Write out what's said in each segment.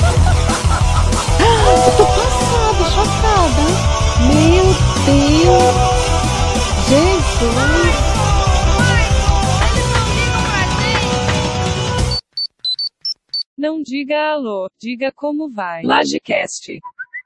Eu tô passada, chocada. Meu Deus. Jesus. Não diga alô, diga como vai. Lagecast.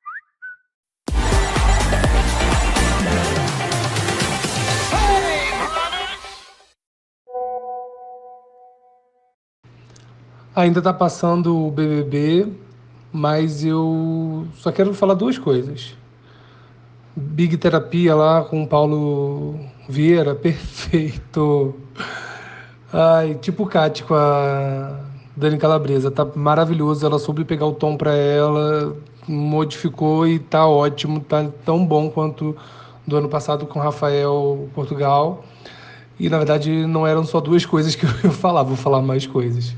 Ainda tá passando o BBB, mas eu só quero falar duas coisas. Big Terapia lá com o Paulo Vieira, perfeito. Ai, tipo o Kat com a Dani Calabresa, tá maravilhoso. Ela soube pegar o tom pra ela, modificou e tá ótimo, tá tão bom quanto do ano passado com Rafael Portugal. E na verdade não eram só duas coisas que eu ia falar, vou falar mais coisas.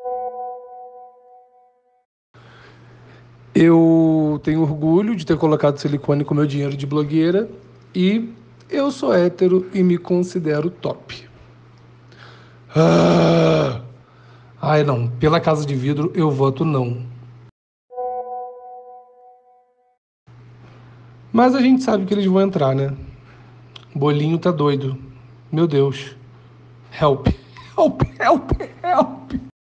Eu tenho orgulho de ter colocado silicone com meu dinheiro de blogueira e eu sou hétero e me considero top. Ah! Ai, não. Pela Casa de Vidro, eu voto não. Mas a gente sabe que eles vão entrar, né? Bolinho tá doido. Meu Deus. Help. Help, help, help.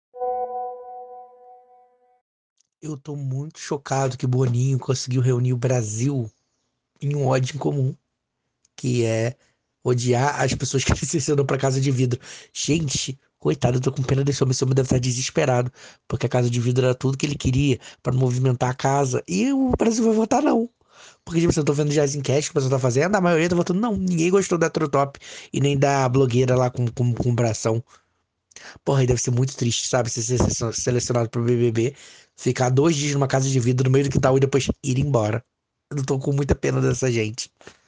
Eu tô muito chocado que Boninho conseguiu reunir o Brasil em um ódio em comum, que é odiar as pessoas que se sentam pra Casa de Vidro. Gente, coitado, eu tô com pena desse homem. Esse homem deve estar desesperado, porque a Casa de Vidro era tudo que ele queria pra movimentar a casa. E o Brasil vai votar não. Porque, tipo, eu tô vendo já as enquetes que o pessoal tá fazendo, a maioria tá votando não. Ninguém gostou da Trotop e nem da blogueira lá com bração. Porra, aí deve ser muito triste, sabe? Você ser selecionado pro BBB, ficar 2 dias numa casa de vidro no meio do quintal e depois ir embora. Eu tô com muita pena dessa gente.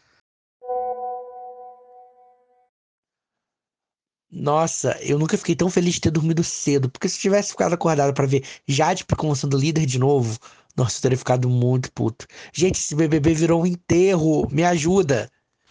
Nossa, eu nunca fiquei tão feliz de ter dormido cedo, porque se eu tivesse ficado acordado pra ver Jade Picon sendo líder de novo, nossa, eu teria ficado muito puto. Gente, esse BBB virou um enterro, me ajuda.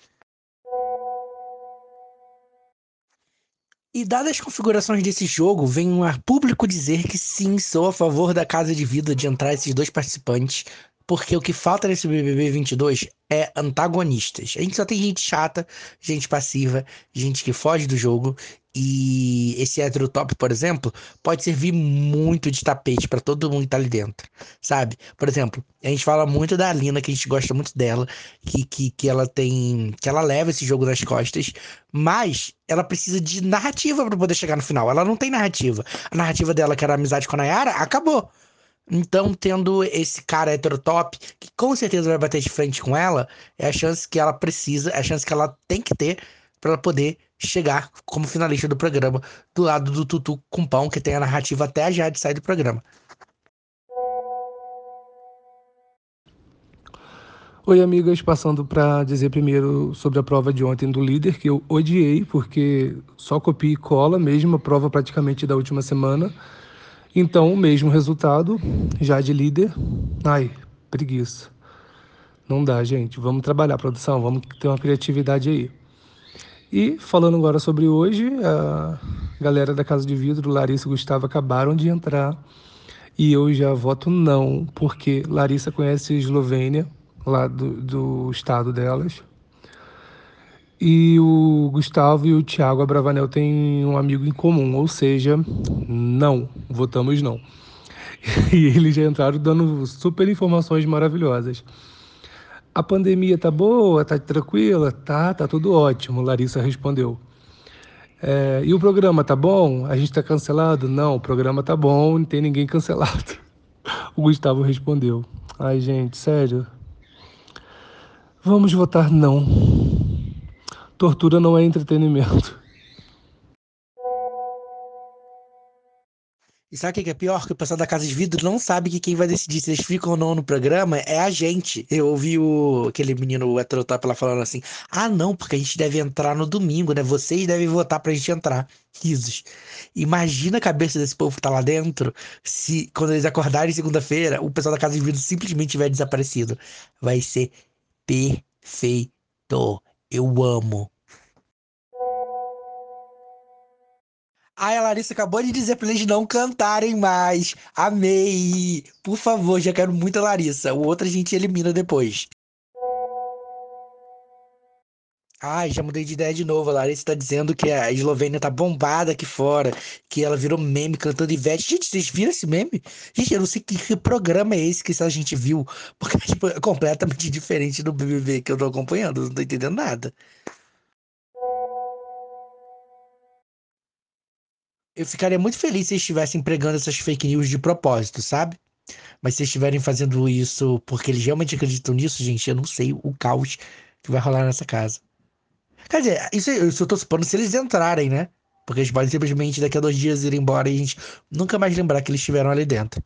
E dadas as configurações desse jogo, vem a público dizer que sim, sou a favor da Casa de Vida de entrar esses dois participantes, porque o que falta nesse BBB 22 é antagonistas. A gente só tem gente chata, gente passiva, gente que foge do jogo, e esse hétero top, por exemplo, pode servir muito de tapete pra todo mundo que tá ali dentro, sabe? Por exemplo, a gente fala muito da Alina, que a gente gosta muito dela, que ela tem, que ela leva esse jogo nas costas, mas ela precisa de narrativa pra poder chegar no final. Ela não tem narrativa. A narrativa dela, que era a amizade com a Nayara, acabou. Então, tendo esse cara heterotop, que com certeza vai bater de frente com ela, é a chance que ela precisa, é a chance que ela tem que ter pra ela poder chegar como finalista do programa, do lado do Tutu com Pão, que tem a narrativa até a Jade sair do programa. Oi, amigas, passando para dizer primeiro sobre a prova de ontem do líder, que eu odiei, porque só copia e cola, mesma prova praticamente da última semana. Então, o mesmo resultado, já de líder. Ai, preguiça. Não dá, gente. Vamos trabalhar, produção, vamos ter uma criatividade aí. E falando agora sobre hoje, a galera da Casa de Vidro, Larissa e Gustavo, acabaram de entrar. E eu já voto não, porque Larissa conhece a Eslovênia, lá do estado delas. E o Gustavo e o Thiago Abravanel têm um amigo em comum, ou seja, não, votamos não. E eles já entraram dando super informações maravilhosas. A pandemia tá boa, tá tranquila? Tá tudo ótimo, Larissa respondeu. E o programa tá bom? A gente tá cancelado? Não, o programa tá bom, não tem ninguém cancelado. O Gustavo respondeu. Ai, gente, sério. Vamos votar não. Tortura não é entretenimento. E sabe o que é pior? Que o pessoal da Casa de Vidro não sabe que quem vai decidir se eles ficam ou não no programa é a gente. Eu ouvi aquele menino o heterotop lá falando assim: ah, não, porque a gente deve entrar no domingo, né? Vocês devem votar pra gente entrar. Risos. Imagina a cabeça desse povo que tá lá dentro se, quando eles acordarem segunda-feira, o pessoal da Casa de Vidro simplesmente tiver desaparecido. Vai ser perfeito. Eu amo. Ai, a Larissa acabou de dizer pra eles não cantarem mais. Amei! Por favor, já quero muito a Larissa. O outro a gente elimina depois. Ai, já mudei de ideia de novo. A Larissa tá dizendo que a Eslovênia tá bombada aqui fora, que ela virou meme cantando Ivete. Gente, vocês viram esse meme? Gente, eu não sei que programa é esse que a gente viu, porque tipo, é completamente diferente do BBB que eu tô acompanhando. Eu não tô entendendo nada. Eu ficaria muito feliz se eles estivessem pregando essas fake news de propósito, sabe? Mas se eles estiverem fazendo isso porque eles realmente acreditam nisso, gente, eu não sei o caos que vai rolar nessa casa. Quer dizer, isso eu tô supondo se eles entrarem, né? Porque eles podem simplesmente daqui a 2 dias ir embora e a gente nunca mais lembrar que eles estiveram ali dentro.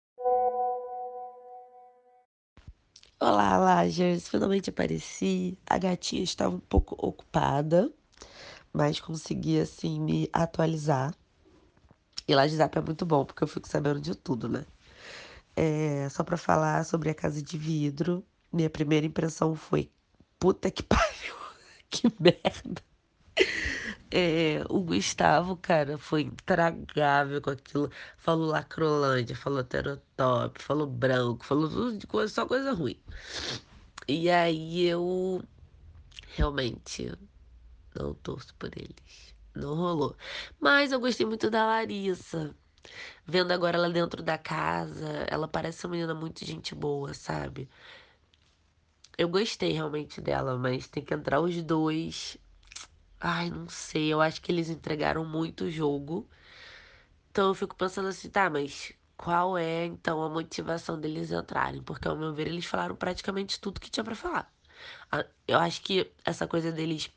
Olá, Lagers. Finalmente apareci. A gatinha estava um pouco ocupada, mas consegui, assim, me atualizar. E Lagezap é muito bom, porque eu fico sabendo de tudo, né? Só pra falar sobre a Casa de Vidro, minha primeira impressão foi: puta que pariu, que merda. O Gustavo, cara, foi intragável com aquilo. Falou Lacrolândia, falou Terotop, falou branco, falou tudo de coisa, só coisa ruim. E aí eu realmente não torço por eles. Não rolou. Mas eu gostei muito da Larissa. Vendo agora ela dentro da casa, ela parece uma menina muito gente boa, sabe? Eu gostei realmente dela, mas tem que entrar os dois. Ai, não sei. Eu acho que eles entregaram muito o jogo. Então eu fico pensando assim, tá, mas qual é então a motivação deles entrarem? Porque ao meu ver eles falaram praticamente tudo que tinha pra falar. Eu acho que essa coisa deles.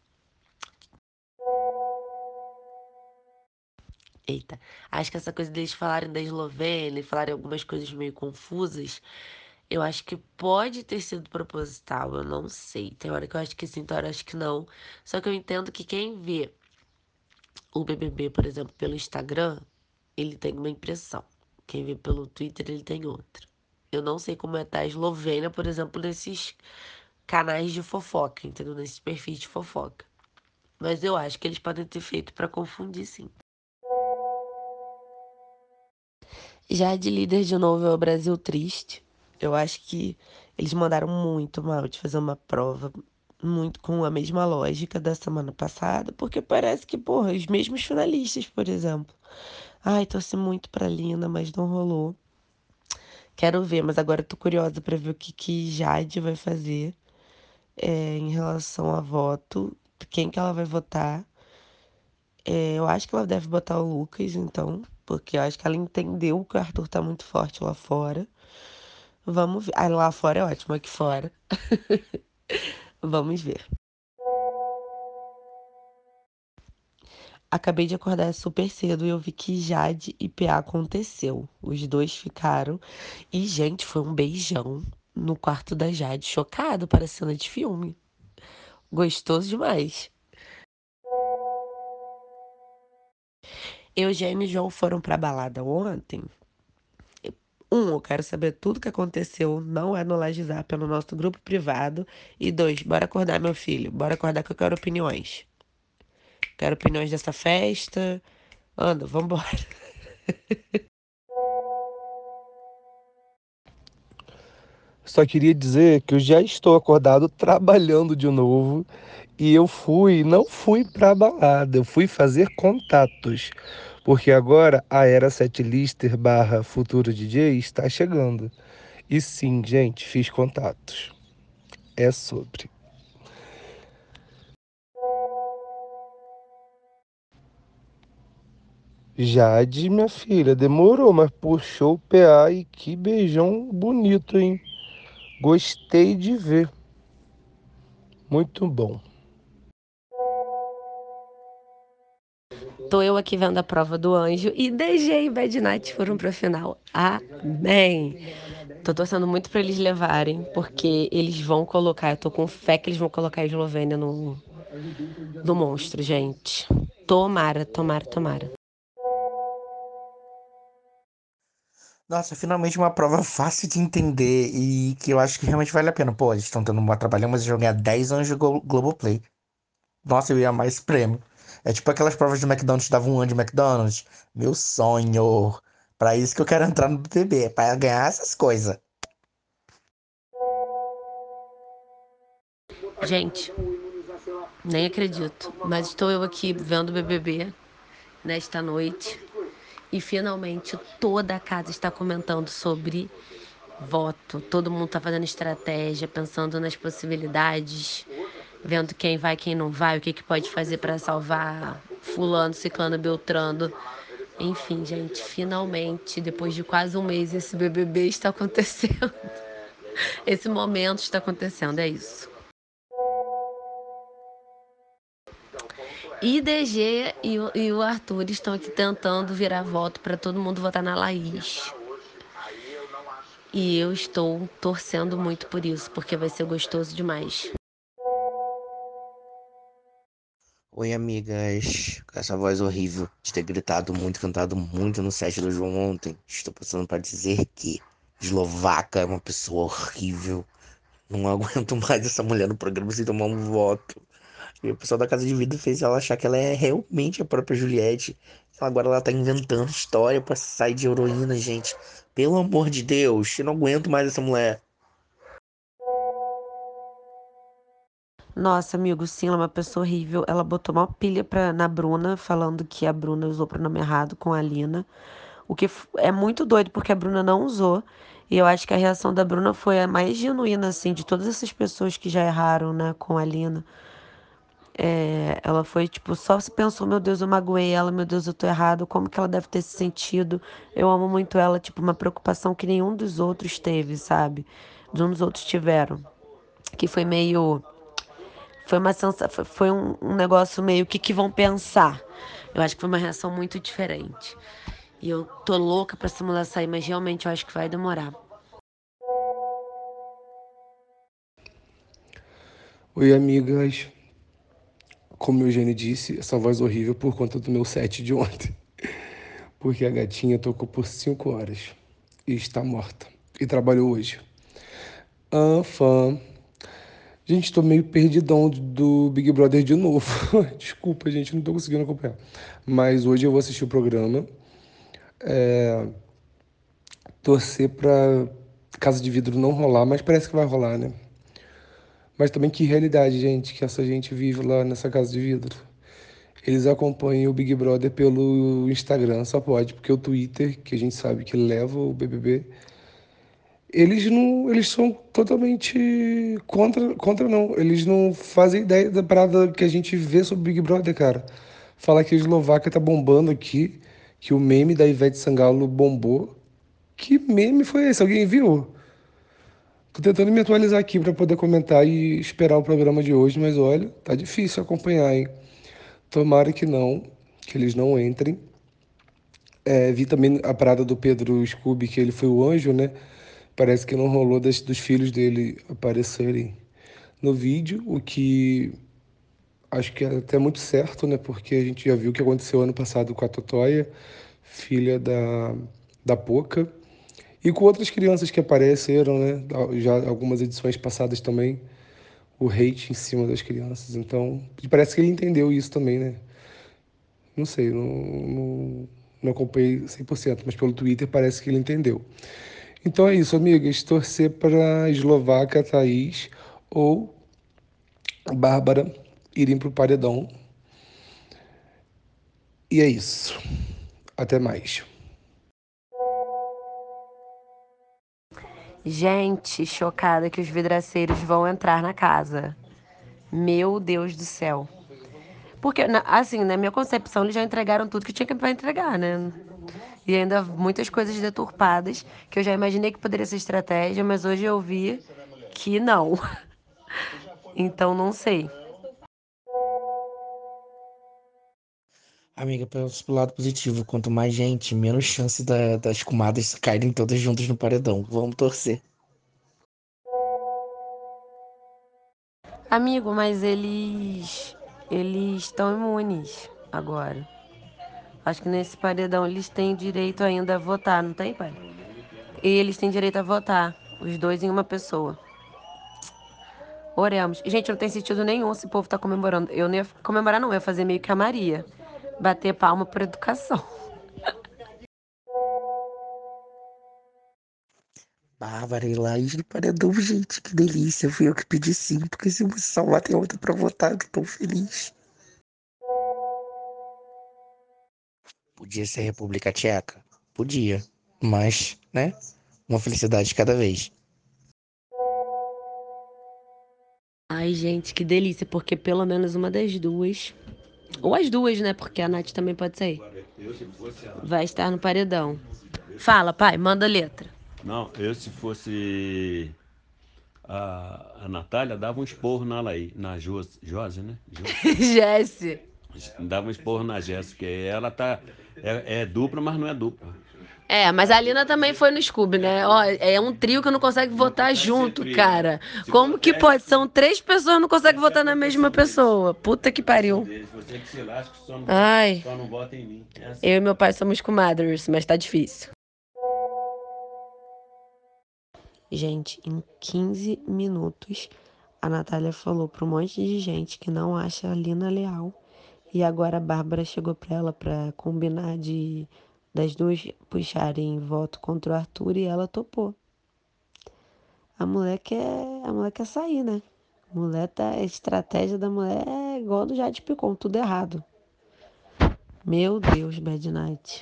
Eita, acho que essa coisa deles falarem da Eslovênia e falarem algumas coisas meio confusas, eu acho que pode ter sido proposital, eu não sei. Tem hora que eu acho que sim, tem hora que eu acho que não. Só que eu entendo que quem vê o BBB, por exemplo, pelo Instagram, ele tem uma impressão. Quem vê pelo Twitter, ele tem outra. Eu não sei como é estar a Eslovênia, por exemplo, nesses canais de fofoca, entendeu? Nesses perfis de fofoca. Mas eu acho que eles podem ter feito pra confundir, sim. Já de líder de novo é o Brasil triste. Eu acho que eles mandaram muito mal de fazer uma prova muito com a mesma lógica da semana passada, porque parece que, porra, os mesmos finalistas, por exemplo. Ai, torci muito pra Lina, mas não rolou. Quero ver, mas agora eu tô curiosa pra ver o que Jade vai fazer em relação a voto, quem que ela vai votar. Eu acho que ela deve botar o Lucas, então, porque eu acho que ela entendeu que o Arthur tá muito forte lá fora. Vamos ver. Ah, lá fora é ótimo, aqui fora. Vamos ver. Acabei de acordar super cedo e eu vi que Jade e PA aconteceu. Os dois ficaram. E, gente, foi um beijão no quarto da Jade. Chocado para a cena de filme. Gostoso demais. Eugênio e João foram pra balada ontem. Eu quero saber tudo que aconteceu. Não é no Lajezap, é no nosso grupo privado. E dois, bora acordar, meu filho. Bora acordar que eu quero opiniões. Quero opiniões dessa festa. Anda, vambora. Só queria dizer que eu já estou acordado trabalhando de novo e não fui pra balada, eu fui fazer contatos, porque agora a era setlister barra futuro DJ está chegando. E sim, gente, fiz contatos. É sobre. Jade, minha filha, demorou, mas puxou o PA e que beijão bonito, hein? Gostei de ver. Muito bom. Tô eu aqui vendo a prova do anjo e DG e Bad Night foram pra final. Amém. Tô torcendo muito pra eles levarem, porque eles vão colocar, eu tô com fé que eles vão colocar a Eslovênia no monstro, gente. Tomara, tomara, tomara. Nossa, finalmente uma prova fácil de entender e que eu acho que realmente vale a pena. Pô, eles estão tendo um bom trabalho, mas eles vão ganhar 10 anos de Globoplay. Nossa, eu ia amar esse prêmio. É tipo aquelas provas do McDonald's que davam um ano de McDonald's. Meu sonho. Pra isso que eu quero entrar no BBB, pra ganhar essas coisas. Gente, nem acredito, mas estou eu aqui vendo o BBB nesta noite e finalmente toda a casa está comentando sobre voto. Todo mundo está fazendo estratégia, pensando nas possibilidades, vendo quem vai, quem não vai, o que pode fazer para salvar fulano, ciclano, beltrano. Enfim, gente, finalmente, depois de quase um mês, esse BBB está acontecendo. Esse momento está acontecendo, é isso. E DG e o Arthur estão aqui tentando virar voto para todo mundo votar na Laís. E eu estou torcendo muito por isso, porque vai ser gostoso demais. Oi, amigas. Com essa voz horrível de ter gritado muito, cantado muito no set do João ontem. Estou passando para dizer que Eslovaca é uma pessoa horrível. Não aguento mais essa mulher no programa sem tomar um voto. E o pessoal da Casa de Vida fez ela achar que ela é realmente a própria Juliette. Agora ela tá inventando história pra sair de heroína, gente. Pelo amor de Deus, eu não aguento mais essa mulher. Nossa, amigo, sim, ela é uma pessoa horrível. Ela botou uma pilha na Bruna, falando que a Bruna usou o pronome errado com a Lina. O que é muito doido, porque a Bruna não usou. E eu acho que a reação da Bruna foi a mais genuína, assim, de todas essas pessoas que já erraram, né, com a Lina. Ela foi, tipo, só se pensou, meu Deus, eu magoei ela, meu Deus, eu tô errado, como que ela deve ter se sentido? Eu amo muito ela, tipo, uma preocupação que nenhum dos outros teve, sabe? Nenhum dos outros tiveram. Que foi meio. Foi uma sensação, foi um negócio meio que vão pensar. Eu acho que foi uma reação muito diferente. E eu tô louca pra essa mulher sair, mas realmente eu acho que vai demorar. Oi, amigas. Como o Eugênio disse, essa voz horrível por conta do meu set de ontem. Porque a gatinha tocou por 5 horas e está morta. E trabalhou hoje. Fã. Gente, tô meio perdidão do Big Brother de novo. Desculpa, gente, não tô conseguindo acompanhar. Mas hoje eu vou assistir o programa. Torcer pra Casa de Vidro não rolar, mas parece que vai rolar, né? Mas também que realidade, gente, que essa gente vive lá nessa Casa de Vidro. Eles acompanham o Big Brother pelo Instagram, só pode, porque o Twitter, que a gente sabe que leva o BBB, eles são totalmente contra não, eles não fazem ideia da parada que a gente vê sobre o Big Brother, cara. Falar que a Eslováquia tá bombando aqui, que o meme da Ivete Sangalo bombou. Que meme foi esse? Alguém viu? Tô tentando me atualizar aqui para poder comentar e esperar o programa de hoje, mas olha, tá difícil acompanhar, hein? Tomara que não, que eles não entrem. Vi também a parada do Pedro Scooby, que ele foi o anjo, né? Parece que não rolou dos filhos dele aparecerem no vídeo, o que acho que é até muito certo, né? Porque a gente já viu o que aconteceu ano passado com a Totóia, filha da Poca, e com outras crianças que apareceram, né? Já algumas edições passadas também, o hate em cima das crianças. Então, parece que ele entendeu isso também, né? Não sei, não acompanhei 100%, mas pelo Twitter parece que ele entendeu. Então é isso, amigas. Torcer para a Eslováquia, Thaís ou Bárbara irem para o paredão. E é isso. Até mais. Gente, chocada que os vidraceiros vão entrar na casa. Meu Deus do céu. Porque, assim, na minha concepção, eles já entregaram tudo que tinha pra entregar, né? E ainda muitas coisas deturpadas, que eu já imaginei que poderia ser estratégia, mas hoje eu vi que não. Então, não sei. Amiga, pensa pro lado positivo. Quanto mais gente, menos chance das comadres caírem todas juntas no paredão. Vamos torcer. Amigo, mas eles estão imunes agora. Acho que nesse paredão eles têm direito ainda a votar, não tem, pai? E eles têm direito a votar, os dois em uma pessoa. Oremos. Gente, não tem sentido nenhum esse povo tá comemorando. Eu não ia comemorar, não. Eu ia fazer meio que a Maria. Bater palma por educação. Bárbara e Laís no paredão, gente, que delícia. Fui eu que pedi sim, porque se me salvar tem outra pra votar, eu tô tão feliz. Podia ser República Tcheca? Podia. Mas, né? Uma felicidade de cada vez. Ai, gente, que delícia, porque pelo menos uma das duas, ou as duas, né, porque a Nath também pode sair, vai estar no paredão. Fala, pai, manda a letra. Não, eu se fosse a Natália, dava um esporro na Josi, né? Jesse. Dava um esporro na Jéssica, porque ela tá. É dupla, mas não é dupla. É, mas a Lina também foi no Scooby, né? Ó, é um trio que não consegue votar junto, cara. Como que pode? São 3 pessoas que não conseguem votar na mesma pessoa. Puta que pariu. Você que se lasca, Ai, só não vota em mim. É assim. eu e meu pai somos comadres, mas tá difícil. Gente, em 15 minutos, a Natália falou pra um monte de gente que não acha a Lina leal. E agora a Bárbara chegou pra ela pra combinar das duas puxarem voto contra o Arthur e ela topou. A mulher quer sair, né? A estratégia da mulher é igual do Jade Picon, tudo errado. Meu Deus, Bad Night.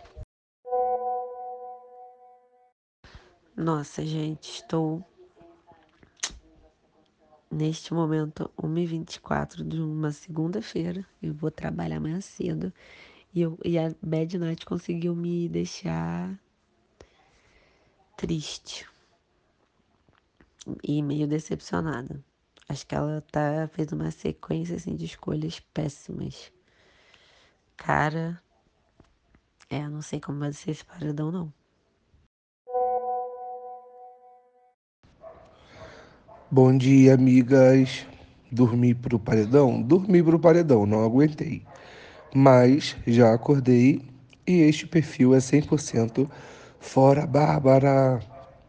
Nossa, gente, estou neste momento 1h24 de uma segunda-feira. Eu vou trabalhar amanhã cedo. E a Bad Night conseguiu me deixar triste e meio decepcionada. Acho que ela fez uma sequência assim, de escolhas péssimas. Cara, não sei como vai ser esse paredão, não. Bom dia, amigas. Dormi pro paredão? Dormi pro paredão, não aguentei. Mas já acordei e este perfil é 100% fora Bárbara.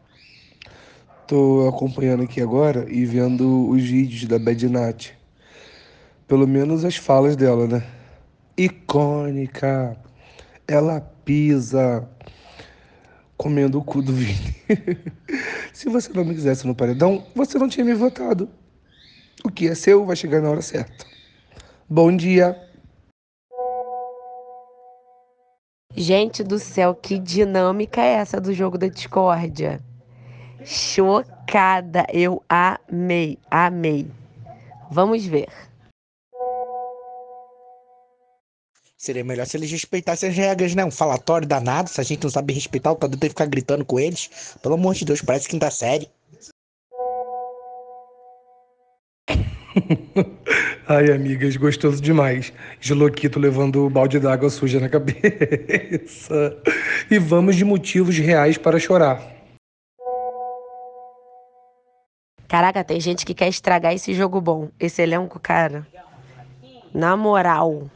Tô acompanhando aqui agora e vendo os vídeos da Bad Nat. Pelo menos as falas dela, né? Icônica. Ela pisa comendo o cu do Vini. Se você não me quisesse no paredão, você não tinha me votado. O que é seu vai chegar na hora certa. Bom dia. Gente do céu, que dinâmica é essa do jogo da discórdia? Chocada, eu amei, amei. Vamos ver. Seria melhor se eles respeitassem as regras, né? Um falatório danado, se a gente não sabe respeitar, o Cadu tem que ficar gritando com eles. Pelo amor de Deus, parece quinta série. Ai, amigas, gostoso demais. Geloquito levando o balde d'água suja na cabeça. E vamos de motivos reais para chorar. Caraca, tem gente que quer estragar esse jogo bom. Esse elenco, cara. Na moral.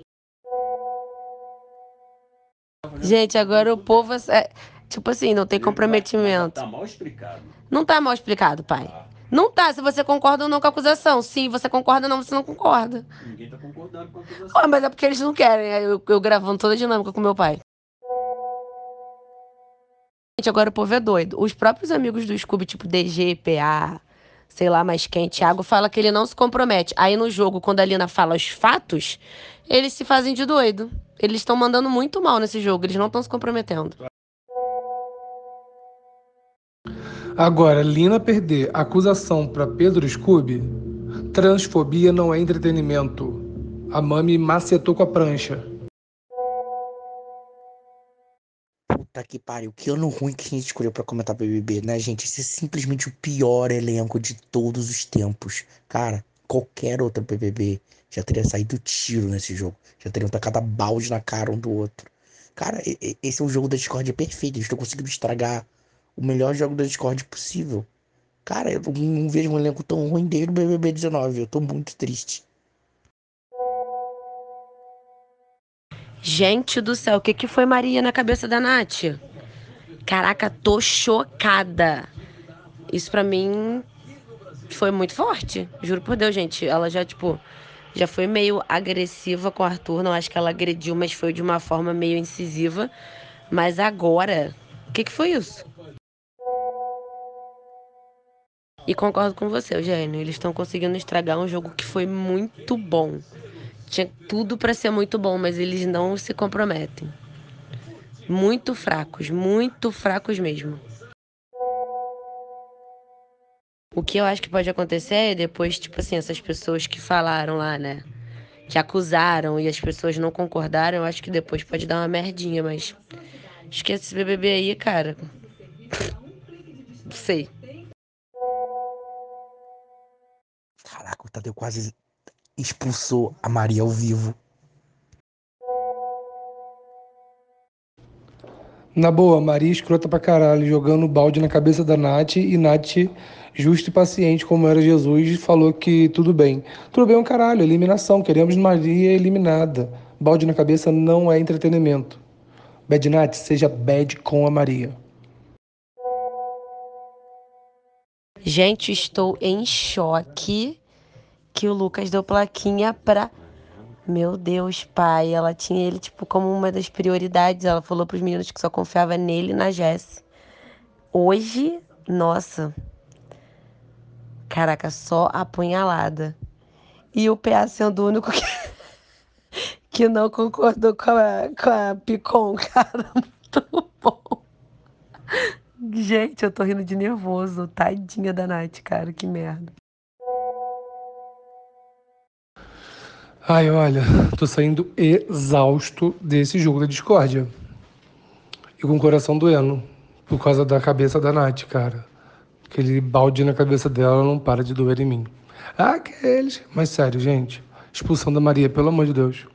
Gente, agora o povo tipo assim, não tem comprometimento. Tá mal explicado. Não tá mal explicado, pai. Não tá, se você concorda ou não com a acusação. Sim, você concorda ou não, você não concorda. Ninguém tá concordando com a acusação. Mas é porque eles não querem. Eu gravando toda a dinâmica com meu pai. Gente, agora o povo é doido. Os próprios amigos do Scooby, tipo DG, PA, sei lá mais quem, Thiago, fala que ele não se compromete. Aí no jogo, quando a Lina fala os fatos, eles se fazem de doido. Eles estão mandando muito mal nesse jogo, eles não estão se comprometendo. Agora, Lina perder acusação para Pedro Scooby, transfobia não é entretenimento. A Mami macetou com a prancha. Puta que pariu, que ano ruim que a gente escolheu pra comentar BBB, né, gente? Esse é simplesmente o pior elenco de todos os tempos. Cara, qualquer outro BBB já teria saído tiro nesse jogo. Já teriam tacado a balde na cara um do outro. Cara, esse é um jogo da Discord perfeito. Eles estão conseguindo estragar o melhor jogo da Discord possível. Cara, eu não vejo um elenco tão ruim desde o BBB 19. Eu tô muito triste. Gente do céu, o que foi Maria na cabeça da Nath? Caraca, tô chocada. Isso pra mim foi muito forte. Juro por Deus, gente. Ela já, tipo, já foi meio agressiva com o Arthur. Não acho que ela agrediu, mas foi de uma forma meio incisiva. Mas agora, o que foi isso? E concordo com você, Eugênio. Eles estão conseguindo estragar um jogo que foi muito bom. Tinha tudo pra ser muito bom, mas eles não se comprometem. Muito fracos mesmo. O que eu acho que pode acontecer é depois, tipo assim, essas pessoas que falaram lá, né? Que acusaram e as pessoas não concordaram, eu acho que depois pode dar uma merdinha, mas esquece esse BBB aí, cara. Não sei. Caraca, o Tadeu quase expulsou a Maria ao vivo. Na boa, Maria escrota pra caralho, jogando balde na cabeça da Nath, e Nath, justo e paciente como era Jesus, falou que tudo bem. Tudo bem um caralho, eliminação, queremos Maria eliminada. Balde na cabeça não é entretenimento. Bad Nath, seja bad com a Maria. Gente, estou em choque que o Lucas deu plaquinha pra... Meu Deus, pai. Ela tinha ele, tipo, como uma das prioridades. Ela falou pros meninos que só confiava nele e na Jess. Hoje, nossa. Caraca, só apunhalada. E o PA sendo o único que não concordou com a Picon, cara. Muito bom. Gente, eu tô rindo de nervoso. Tadinha da Nath, cara. Que merda. Ai, olha, tô saindo exausto desse jogo da discórdia. E com o coração doendo. Por causa da cabeça da Nath, cara. Aquele balde na cabeça dela não para de doer em mim. Aqueles. Mas sério, gente. Expulsão da Maria, pelo amor de Deus.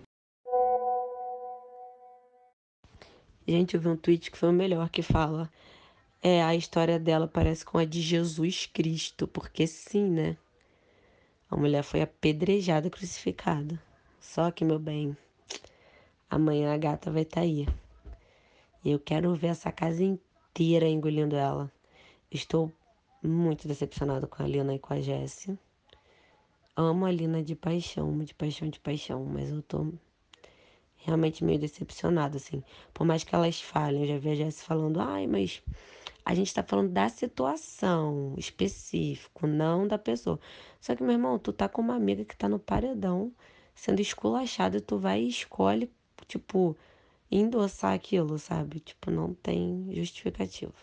Gente, eu vi um tweet que foi o melhor, que fala... a história dela parece com a de Jesus Cristo. Porque sim, né? A mulher foi apedrejada, crucificada. Só que, meu bem, amanhã a gata vai estar aí. E eu quero ver essa casa inteira engolindo ela. Estou muito decepcionada com a Lina e com a Jessie. Amo a Lina de paixão, de paixão. Mas eu tô realmente meio decepcionada, assim. Por mais que elas falem, eu já vi a Jessie falando, ai, mas a gente tá falando da situação específico, não da pessoa. Só que, meu irmão, tu tá com uma amiga que tá no paredão, sendo esculachada, e tu vai e escolhe, tipo, endossar aquilo, sabe? Tipo, não tem justificativa.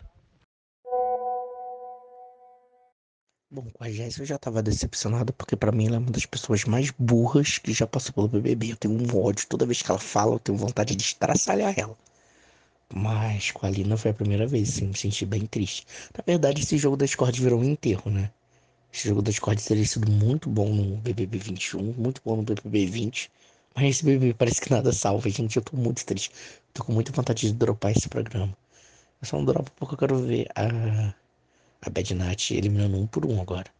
Bom, com a Jéssica eu já tava decepcionado, porque pra mim ela é uma das pessoas mais burras que já passou pelo BBB. Eu tenho um ódio, toda vez que ela fala, eu tenho vontade de estraçalhar ela. Mas com a Lina foi a primeira vez, assim, me senti bem triste. Na verdade, esse jogo da Discord virou um enterro, né? Esse jogo da Discord teria sido muito bom no BBB 21, muito bom no BBB 20. Mas esse BBB parece que nada salva, gente. Eu tô muito triste. Tô com muita vontade de dropar esse programa. Eu só não dropo porque eu quero ver a Bad Nat eliminando um por um agora.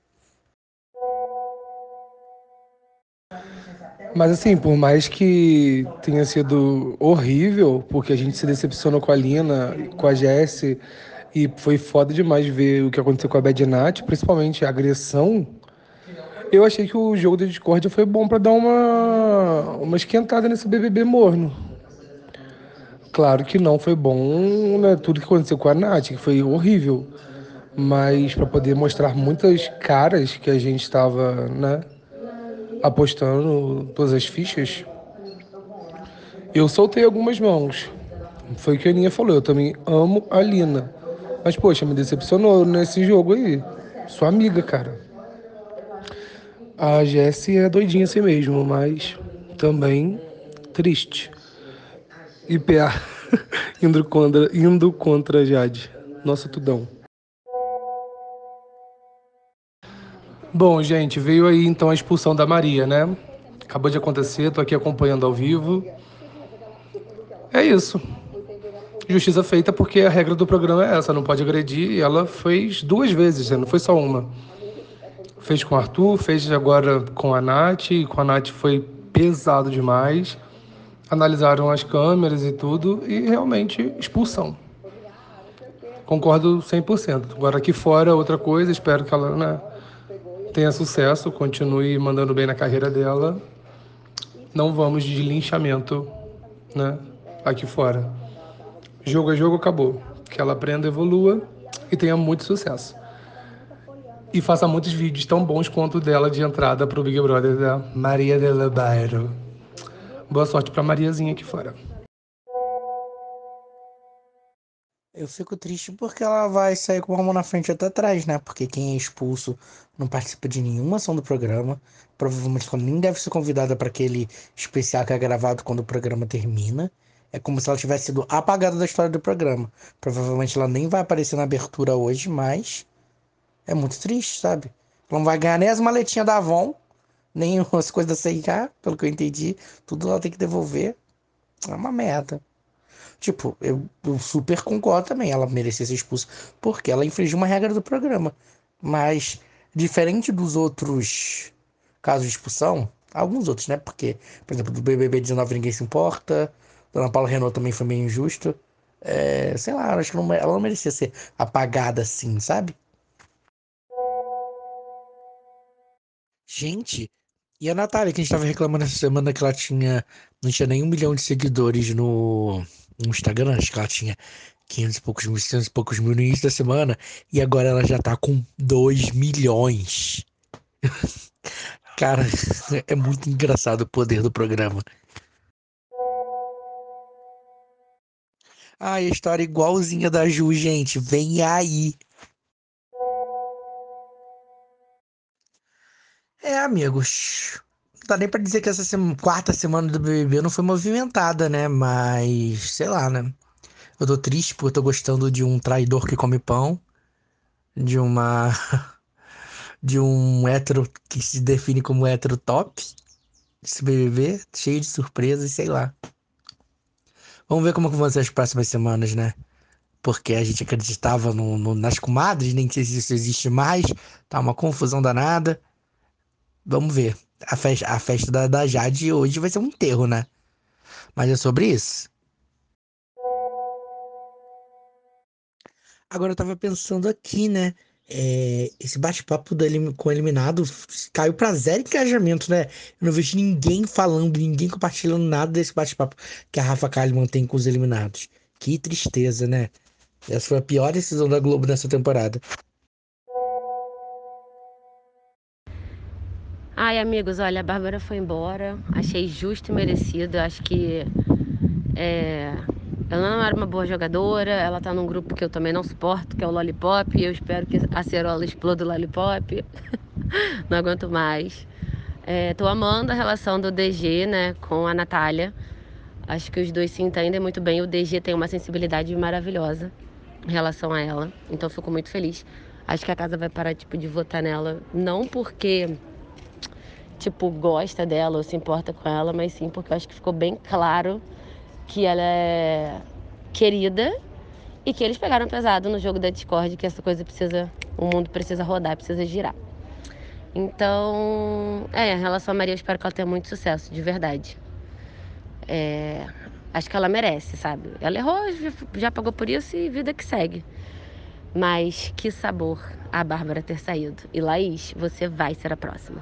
Mas assim, por mais que tenha sido horrível, porque a gente se decepcionou com a Lina, com a Jessie, e foi foda demais ver o que aconteceu com a Bad Nat, principalmente a agressão, eu achei que o jogo da discórdia foi bom pra dar uma esquentada nesse BBB morno. Claro que não foi bom, né, tudo que aconteceu com a Nath, que foi horrível. Mas para poder mostrar muitas caras que a gente estava, né, apostando todas as fichas, eu soltei algumas mãos. Foi o que a Aninha falou, eu também amo a Lina. Mas, poxa, me decepcionou nesse jogo aí. Sua amiga, cara. A Jessie é doidinha assim mesmo, mas também triste. E PA indo contra a Jade. Nossa, tudão. Bom, gente, veio aí então a expulsão da Maria, né? Acabou de acontecer, tô aqui acompanhando ao vivo. É isso. Justiça feita porque a regra do programa é essa, não pode agredir. E ela fez 2 vezes, né? Não foi só uma. Fez com o Arthur, fez agora com a Nath. E com a Nath foi pesado demais. Analisaram as câmeras e tudo e realmente expulsão. Concordo 100%. Agora aqui fora, outra coisa, espero que ela, né, tenha sucesso, continue mandando bem na carreira dela. Não vamos de linchamento, né, aqui fora. Jogo é jogo, acabou. Que ela aprenda, evolua e tenha muito sucesso. E faça muitos vídeos tão bons quanto o dela de entrada pro Big Brother da Maria del Bairro. Boa sorte pra Mariazinha aqui fora. Eu fico triste porque ela vai sair com uma mão na frente e outra atrás, né? Porque quem é expulso não participa de nenhuma ação do programa. Provavelmente ela nem deve ser convidada para aquele especial que é gravado quando o programa termina. É como se ela tivesse sido apagada da história do programa. Provavelmente ela nem vai aparecer na abertura hoje, mas é muito triste, sabe? Ela não vai ganhar nem as maletinhas da Avon, nem as coisas da C&A, pelo que eu entendi. Tudo ela tem que devolver. É uma merda. Tipo, eu super concordo também. Ela merecia ser expulsa porque ela infringiu uma regra do programa. Mas, diferente dos outros casos de expulsão, alguns outros, né? Porque, por exemplo, do BBB 19 ninguém se importa. Dona Paula Renault também foi meio injusto. Sei lá, acho que ela não merecia ser apagada assim, sabe? Gente, e a Natália, que a gente tava reclamando essa semana que ela não tinha nem 1 milhão de seguidores no Instagram, acho que ela tinha 500 e poucos mil, 600 e poucos mil no início da semana, e agora ela já tá com 2 milhões. Cara, é muito engraçado o poder do programa. Ai, a história é igualzinha da Ju, gente, vem aí. Amigos, não dá nem pra dizer que essa quarta semana do BBB não foi movimentada, né? Mas, sei lá, né? Eu tô triste porque eu tô gostando de um traidor que come pão, de uma de um hétero que se define como hétero top, esse BBB, cheio de surpresas, sei lá. Vamos ver como que vão ser as próximas semanas, né? Porque a gente acreditava nas comadres, nem sei se isso existe mais, tá uma confusão danada. Vamos ver. A festa da Jade hoje vai ser um enterro, né? Mas é sobre isso. Agora eu tava pensando aqui, né? Esse bate-papo com o eliminado caiu pra zero engajamento, né? Eu não vejo ninguém falando, ninguém compartilhando nada desse bate-papo que a Rafa Kalimann tem com os eliminados. Que tristeza, né? Essa foi a pior decisão da Globo nessa temporada. Ai, amigos, olha, a Bárbara foi embora. Achei justo e merecido. Acho que ela não era uma boa jogadora. Ela tá num grupo que eu também não suporto, que é o Lollipop. Eu espero que a Cerola exploda o Lollipop. Não aguento mais. Tô amando a relação do DG, né, com a Natália. Acho que os dois se entendem muito bem. O DG tem uma sensibilidade maravilhosa em relação a ela. Então, fico muito feliz. Acho que a casa vai parar, tipo, de votar nela. Não porque, tipo, gosta dela ou se importa com ela, mas sim porque eu acho que ficou bem claro que ela é querida e que eles pegaram pesado no jogo da Discord, que essa coisa o mundo precisa rodar, precisa girar. Então, em relação a Maria, eu espero que ela tenha muito sucesso, de verdade. Acho que ela merece, sabe? Ela errou, já pagou por isso e vida que segue. Mas que sabor a Bárbara ter saído. E Laís, você vai ser a próxima.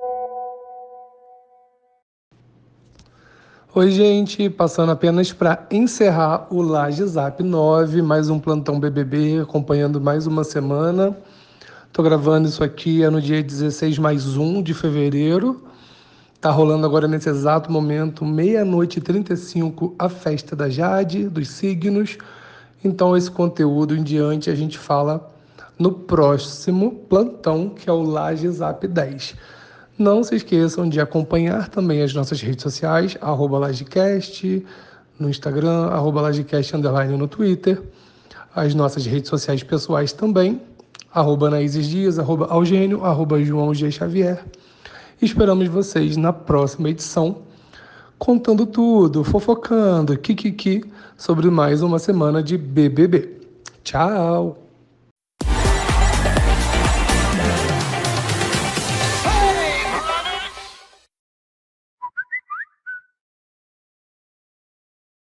Oi, gente, passando apenas para encerrar o Laje Zap 9, mais um plantão BBB, acompanhando mais uma semana. Tô gravando isso aqui no dia 16+1 de fevereiro. Tá rolando agora nesse exato momento, 00:35, a festa da Jade, dos signos. Então esse conteúdo em diante a gente fala no próximo plantão, que é o Laje Zap 10. Não se esqueçam de acompanhar também as nossas redes sociais, @Lagecast no Instagram, @Lagecast_ no Twitter, as nossas redes sociais pessoais também, @Naíses Dias, @Algênio, @João G. Xavier. Esperamos vocês na próxima edição, contando tudo, fofocando, kikiki, sobre mais uma semana de BBB. Tchau!